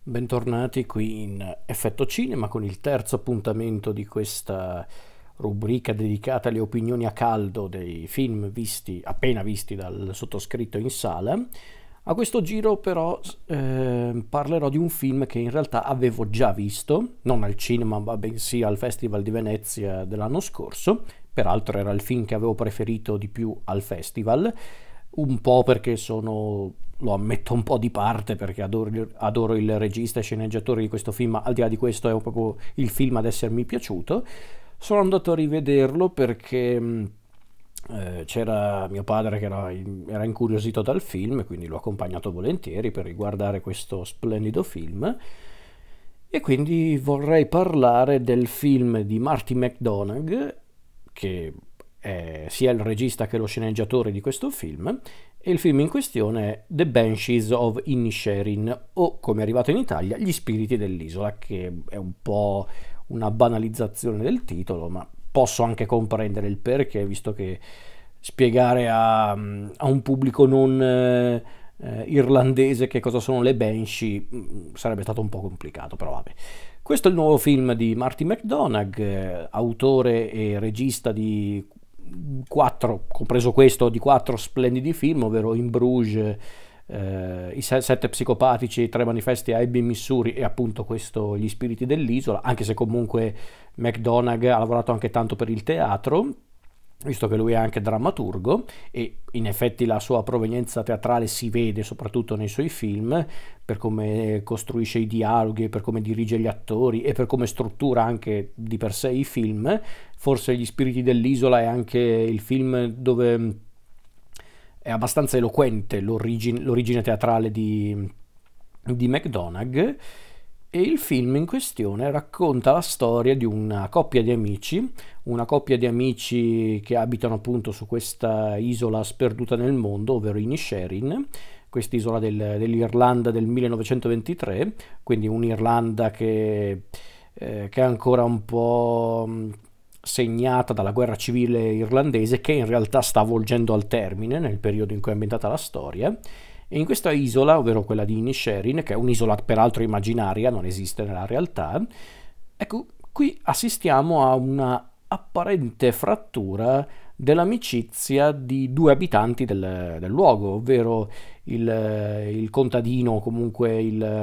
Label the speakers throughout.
Speaker 1: Bentornati qui in Effetto Cinema con il terzo appuntamento di questa rubrica dedicata alle opinioni a caldo dei film appena visti dal sottoscritto in sala. A questo giro però parlerò di un film che in realtà avevo già visto, non al cinema ma bensì al Festival di Venezia dell'anno scorso. Peraltro era il film che avevo preferito di più al festival, un po' perché lo ammetto un po' di parte, perché adoro il regista e sceneggiatore di questo film, ma al di là di questo è proprio il film ad essermi piaciuto. Sono andato a rivederlo perché c'era mio padre che era incuriosito dal film, quindi l'ho accompagnato volentieri per riguardare questo splendido film. E quindi vorrei parlare del film di Marty McDonagh, che è sia il regista che lo sceneggiatore di questo film, e il film in questione è The Banshees of Inisherin, o come è arrivato in Italia, Gli spiriti dell'isola, che è un po' una banalizzazione del titolo, ma posso anche comprendere il perché, visto che spiegare a un pubblico non irlandese che cosa sono le Banshee sarebbe stato un po' complicato, però vabbè. Questo è il nuovo film di Marty McDonagh, autore e regista di quattro, compreso questo, di quattro splendidi film, ovvero In Bruges, I Sette Psicopatici, I Tre Manifesti a Ebbing, Missouri, e appunto questo Gli Spiriti dell'Isola, anche se comunque McDonagh ha lavorato anche tanto per il teatro, visto che lui è anche drammaturgo, e in effetti la sua provenienza teatrale si vede soprattutto nei suoi film, per come costruisce i dialoghi, per come dirige gli attori e per come struttura anche di per sé i film. Forse Gli Spiriti dell'Isola è anche il film dove è abbastanza eloquente l'origine teatrale di McDonagh. E il film in questione racconta la storia di una coppia di amici che abitano appunto su questa isola sperduta nel mondo, ovvero Inisherin, quest'isola dell'Irlanda del 1923, quindi un'Irlanda che è ancora un po' segnata dalla guerra civile irlandese, che in realtà sta volgendo al termine nel periodo in cui è ambientata la storia. E in questa isola, ovvero quella di Inisherin, che è un'isola peraltro immaginaria, non esiste nella realtà, ecco, qui assistiamo a una apparente frattura dell'amicizia di due abitanti del luogo, ovvero il contadino, o comunque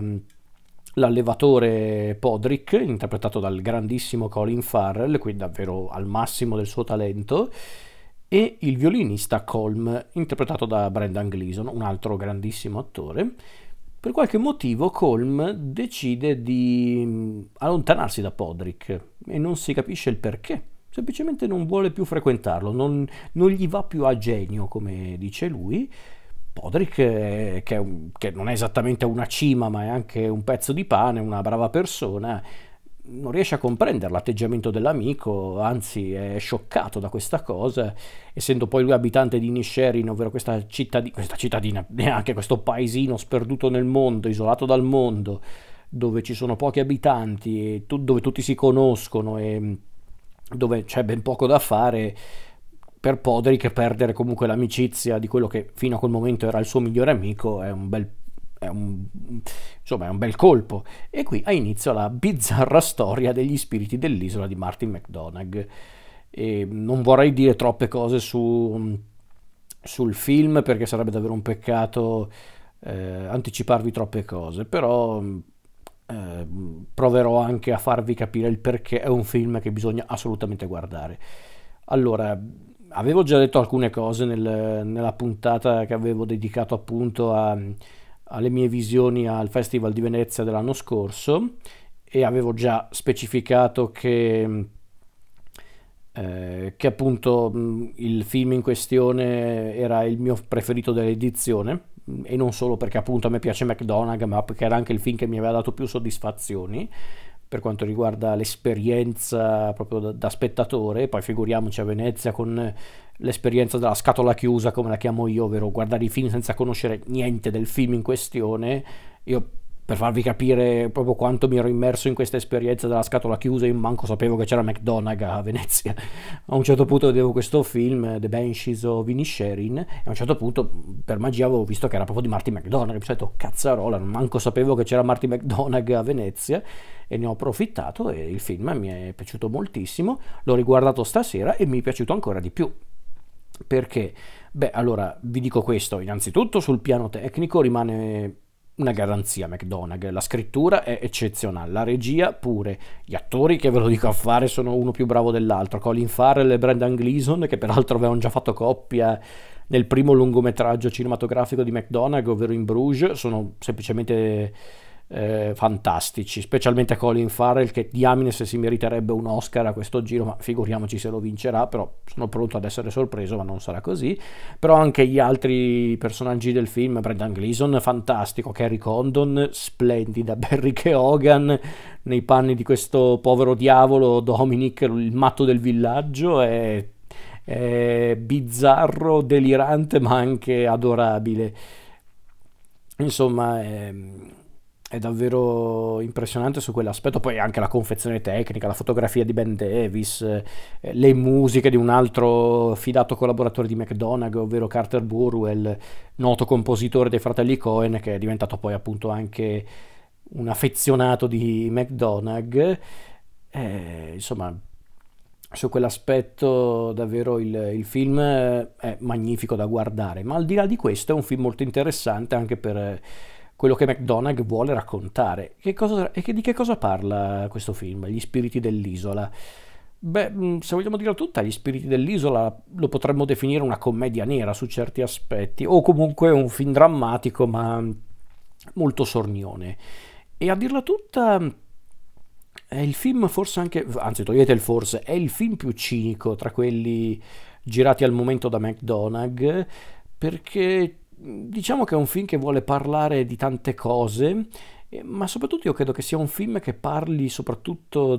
Speaker 1: l'allevatore Podrick, interpretato dal grandissimo Colin Farrell, quindi davvero al massimo del suo talento, e il violinista Colm, interpretato da Brendan Gleeson, un altro grandissimo attore. Per qualche motivo Colm decide di allontanarsi da Podrick e non si capisce il perché. Semplicemente non vuole più frequentarlo, non gli va più a genio, come dice lui. Podrick, che non è esattamente una cima, ma è anche un pezzo di pane, una brava persona, non riesce a comprendere l'atteggiamento dell'amico, anzi è scioccato da questa cosa, essendo poi lui abitante di Inisherin, ovvero questa cittadina, neanche questo paesino sperduto nel mondo, isolato dal mondo, dove ci sono pochi abitanti, dove tutti si conoscono e dove c'è ben poco da fare. Per Podrick perdere comunque l'amicizia di quello che fino a quel momento era il suo migliore amico insomma, è un bel colpo. E qui ha inizio la bizzarra storia degli spiriti dell'isola di Martin McDonagh. E non vorrei dire troppe cose sul film, perché sarebbe davvero un peccato anticiparvi troppe cose, però proverò anche a farvi capire il perché è un film che bisogna assolutamente guardare. Allora, avevo già detto alcune cose nella puntata che avevo dedicato appunto alle mie visioni al Festival di Venezia dell'anno scorso, e avevo già specificato che appunto il film in questione era il mio preferito dell'edizione, e non solo perché appunto a me piace McDonagh, ma perché era anche il film che mi aveva dato più soddisfazioni per quanto riguarda l'esperienza proprio da spettatore. Poi figuriamoci a Venezia con l'esperienza della scatola chiusa, come la chiamo io, ovvero guardare i film senza conoscere niente del film in questione. Io per farvi capire proprio quanto mi ero immerso in questa esperienza della scatola chiusa. Io manco sapevo che c'era McDonagh a Venezia. A un certo punto vedevo questo film, The Banshees of Inisherin, e a un certo punto per magia avevo visto che era proprio di Marty McDonagh. Mi sono detto, cazzarola, manco sapevo che c'era Marty McDonagh a Venezia, e ne ho approfittato e il film mi è piaciuto moltissimo. L'ho riguardato stasera e mi è piaciuto ancora di più. Perché? Beh, allora vi dico questo, innanzitutto sul piano tecnico rimane una garanzia McDonagh, la scrittura è eccezionale, la regia pure, gli attori che ve lo dico a fare sono uno più bravo dell'altro, Colin Farrell e Brendan Gleeson, che peraltro avevano già fatto coppia nel primo lungometraggio cinematografico di McDonagh, ovvero In Bruges, sono semplicemente fantastici, specialmente Colin Farrell, che diamine se si meriterebbe un Oscar a questo giro, ma figuriamoci se lo vincerà, però sono pronto ad essere sorpreso, ma non sarà così. Però anche gli altri personaggi del film, Brendan Gleeson fantastico, Kerry Condon splendida, Barry Keoghan nei panni di questo povero diavolo Dominic, il matto del villaggio, è bizzarro, delirante, ma anche adorabile. Insomma, è davvero impressionante su quell'aspetto. Poi anche la confezione tecnica, la fotografia di Ben Davis, le musiche di un altro fidato collaboratore di McDonagh, ovvero Carter Burwell, noto compositore dei fratelli Coen, che è diventato poi appunto anche un affezionato di McDonagh. Insomma, su quell'aspetto davvero il film è magnifico da guardare, ma al di là di questo è un film molto interessante anche per quello che McDonagh vuole raccontare. Di che cosa parla questo film? Gli spiriti dell'isola. Beh, se vogliamo dirla tutta, Gli spiriti dell'isola lo potremmo definire una commedia nera su certi aspetti, o comunque un film drammatico ma molto sornione. E a dirla tutta è il film forse anche, anzi togliete il forse, è il film più cinico tra quelli girati al momento da McDonagh, perché diciamo che è un film che vuole parlare di tante cose, ma soprattutto io credo che sia un film che parli soprattutto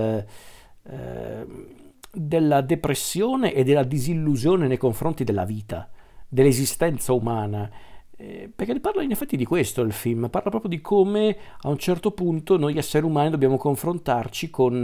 Speaker 1: eh, della depressione e della disillusione nei confronti della vita, dell'esistenza umana. Perché parla in effetti di questo il film, parla proprio di come a un certo punto noi esseri umani dobbiamo confrontarci con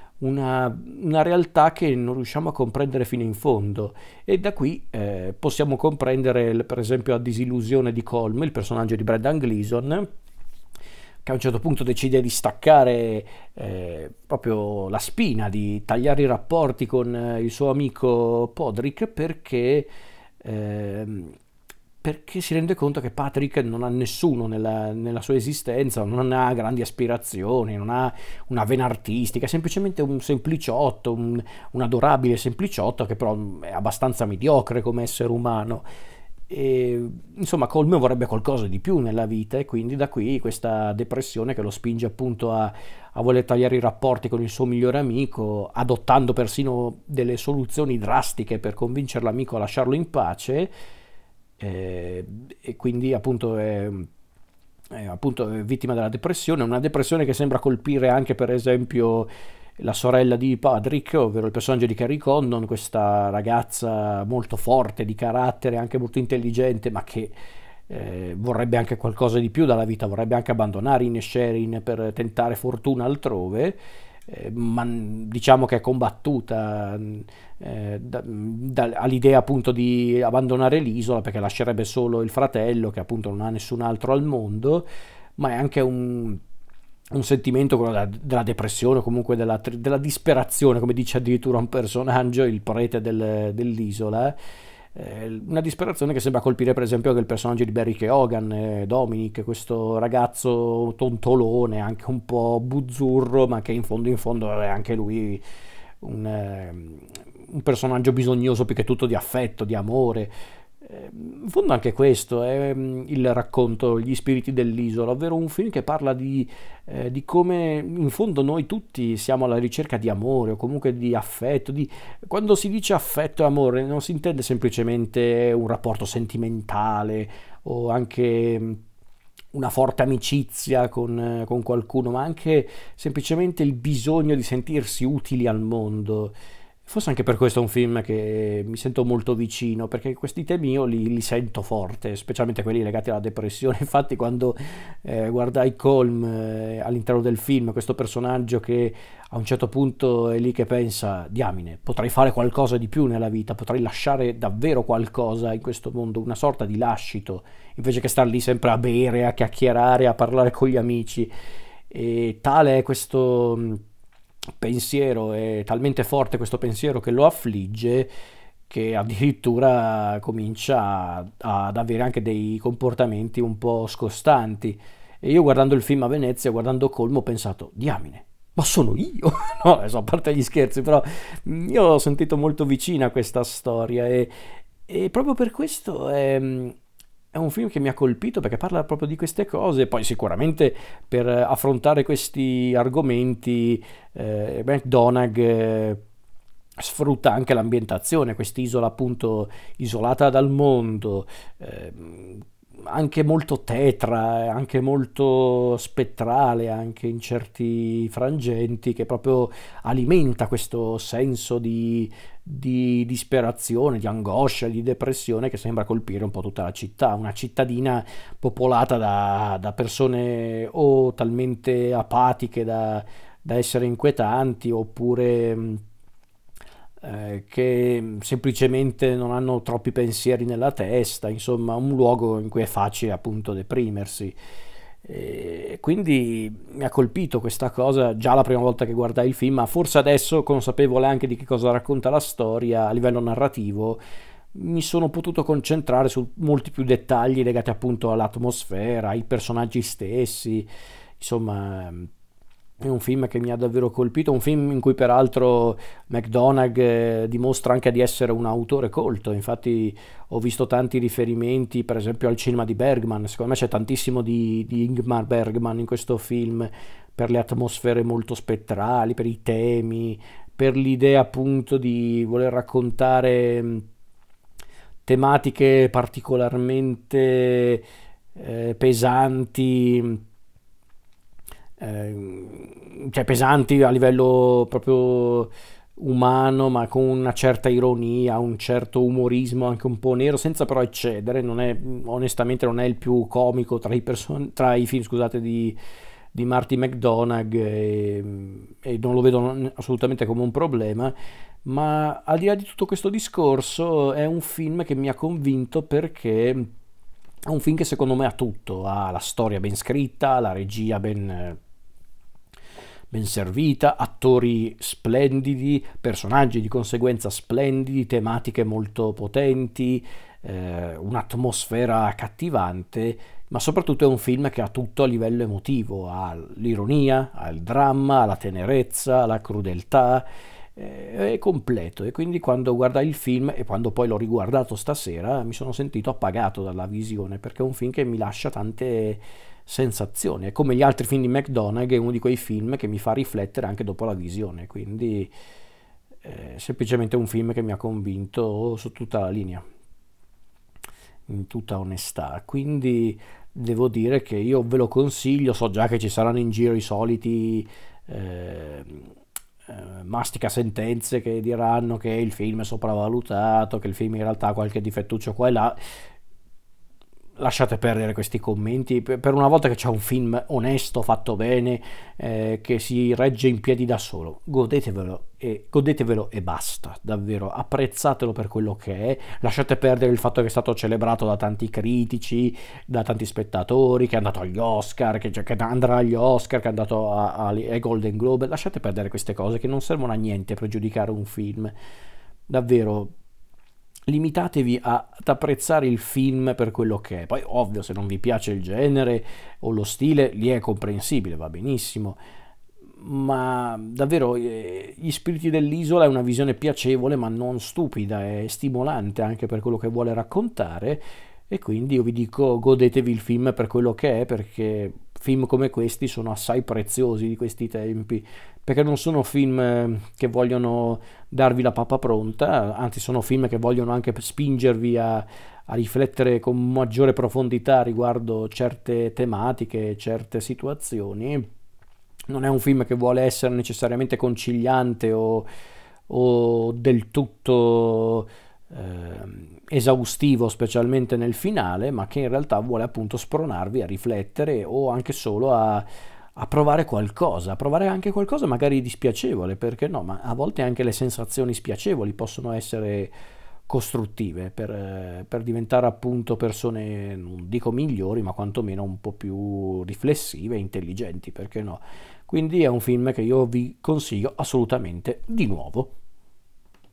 Speaker 1: una realtà che non riusciamo a comprendere fino in fondo, e da qui possiamo comprendere per esempio la disillusione di Colm, il personaggio di Brendan Gleeson, che a un certo punto decide di staccare proprio la spina, di tagliare i rapporti con il suo amico Podrick, perché si rende conto che Patrick non ha nessuno nella sua esistenza, non ha grandi aspirazioni, non ha una vena artistica, è semplicemente un sempliciotto, un adorabile sempliciotto che però è abbastanza mediocre come essere umano. E, insomma, Colm vorrebbe qualcosa di più nella vita, e quindi da qui questa depressione che lo spinge appunto a voler tagliare i rapporti con il suo migliore amico, adottando persino delle soluzioni drastiche per convincere l'amico a lasciarlo in pace. E quindi appunto è vittima della depressione, una depressione che sembra colpire anche per esempio la sorella di Patrick, ovvero il personaggio di Carrie Condon, questa ragazza molto forte di carattere, anche molto intelligente, ma che vorrebbe anche qualcosa di più dalla vita, vorrebbe anche abbandonare Inisherin per tentare fortuna altrove, ma diciamo che è combattuta all'idea appunto di abbandonare l'isola, perché lascerebbe solo il fratello che appunto non ha nessun altro al mondo, ma è anche un sentimento, quello della depressione, comunque della disperazione, come dice addirittura un personaggio, il prete dell'isola. Una disperazione che sembra colpire per esempio anche il personaggio di Barry Keoghan, Dominic, questo ragazzo tontolone, anche un po' buzzurro, ma che in fondo è anche lui un personaggio bisognoso più che tutto di affetto, di amore. In fondo anche questo è il racconto Gli spiriti dell'isola, ovvero un film che parla di come in fondo noi tutti siamo alla ricerca di amore o comunque di affetto. Quando si dice affetto e amore non si intende semplicemente un rapporto sentimentale o anche una forte amicizia con qualcuno, ma anche semplicemente il bisogno di sentirsi utili al mondo. Forse anche per questo è un film che mi sento molto vicino, perché questi temi io li sento forte, specialmente quelli legati alla depressione. Infatti, quando guardai Colm all'interno del film, questo personaggio che a un certo punto è lì che pensa, diamine, potrei fare qualcosa di più nella vita, potrei lasciare davvero qualcosa in questo mondo, una sorta di lascito, invece che star lì sempre a bere, a chiacchierare, a parlare con gli amici. E tale è questo pensiero, è talmente forte questo pensiero che lo affligge, che addirittura comincia ad avere anche dei comportamenti un po' scostanti. E io guardando il film a Venezia, guardando Colmo, ho pensato, diamine, ma sono io? No, adesso a parte gli scherzi, però io ho sentito molto vicina questa storia e proprio per questo è un film che mi ha colpito perché parla proprio di queste cose. Poi sicuramente per affrontare questi argomenti McDonagh sfrutta anche l'ambientazione, quest'isola appunto isolata dal mondo, anche molto tetra, anche molto spettrale, anche in certi frangenti, che proprio alimenta questo senso di disperazione, di angoscia, di depressione che sembra colpire un po' tutta la città, una cittadina popolata da persone o talmente apatiche da essere inquietanti, oppure che semplicemente non hanno troppi pensieri nella testa, insomma un luogo in cui è facile appunto deprimersi. E quindi mi ha colpito questa cosa già la prima volta che guardai il film, ma forse adesso, consapevole anche di che cosa racconta la storia a livello narrativo, mi sono potuto concentrare su molti più dettagli legati appunto all'atmosfera, ai personaggi stessi, insomma. È un film che mi ha davvero colpito, un film in cui peraltro McDonagh dimostra anche di essere un autore colto. Infatti ho visto tanti riferimenti per esempio al cinema di Bergman, secondo me c'è tantissimo di Ingmar Bergman in questo film, per le atmosfere molto spettrali, per i temi, per l'idea appunto di voler raccontare tematiche particolarmente pesanti, cioè pesanti a livello proprio umano, ma con una certa ironia, un certo umorismo anche un po' nero, senza però eccedere. Non è, onestamente, non è il più comico tra i film, scusate, di Marty McDonagh, e non lo vedo assolutamente come un problema. Ma al di là di tutto questo discorso, è un film che mi ha convinto perché è un film che secondo me ha tutto, ha la storia ben scritta, la regia ben servita, attori splendidi, personaggi di conseguenza splendidi, tematiche molto potenti, un'atmosfera accattivante, ma soprattutto è un film che ha tutto a livello emotivo, ha l'ironia, ha il dramma, ha la tenerezza, la crudeltà, è completo. E quindi quando guardai il film e quando poi l'ho riguardato stasera mi sono sentito appagato dalla visione, perché è un film che mi lascia tante sensazioni. È come gli altri film di McDonagh, è uno di quei film che mi fa riflettere anche dopo la visione, quindi è semplicemente un film che mi ha convinto su tutta la linea, in tutta onestà. Quindi devo dire che io ve lo consiglio, so già che ci saranno in giro i soliti eh, mastica sentenze che diranno che il film è sopravvalutato, che il film in realtà ha qualche difettuccio qua e là. Lasciate perdere questi commenti. Per una volta che c'è un film onesto, fatto bene, che si regge in piedi da solo, godetevelo e basta, davvero, apprezzatelo per quello che è. Lasciate perdere il fatto che è stato celebrato da tanti critici, da tanti spettatori, che è andato agli Oscar, che andrà agli Oscar, che è andato ai Golden Globe. Lasciate perdere queste cose che non servono a niente per giudicare un film, davvero. Limitatevi ad apprezzare il film per quello che è. Poi, ovvio, se non vi piace il genere o lo stile, lì è comprensibile, va benissimo. Ma davvero, Gli spiriti dell'isola è una visione piacevole, ma non stupida, è stimolante anche per quello che vuole raccontare. E quindi io vi dico, godetevi il film per quello che è, perché film come questi sono assai preziosi di questi tempi, perché non sono film che vogliono darvi la pappa pronta, anzi sono film che vogliono anche spingervi a riflettere con maggiore profondità riguardo certe tematiche, certe situazioni. Non è un film che vuole essere necessariamente conciliante o del tutto esaustivo, specialmente nel finale, ma che in realtà vuole appunto spronarvi a riflettere o anche solo a a provare anche qualcosa magari di spiacevole, perché no, ma a volte anche le sensazioni spiacevoli possono essere costruttive per diventare appunto persone, non dico migliori, ma quantomeno un po' più riflessive e intelligenti, perché no? Quindi è un film che io vi consiglio assolutamente di nuovo.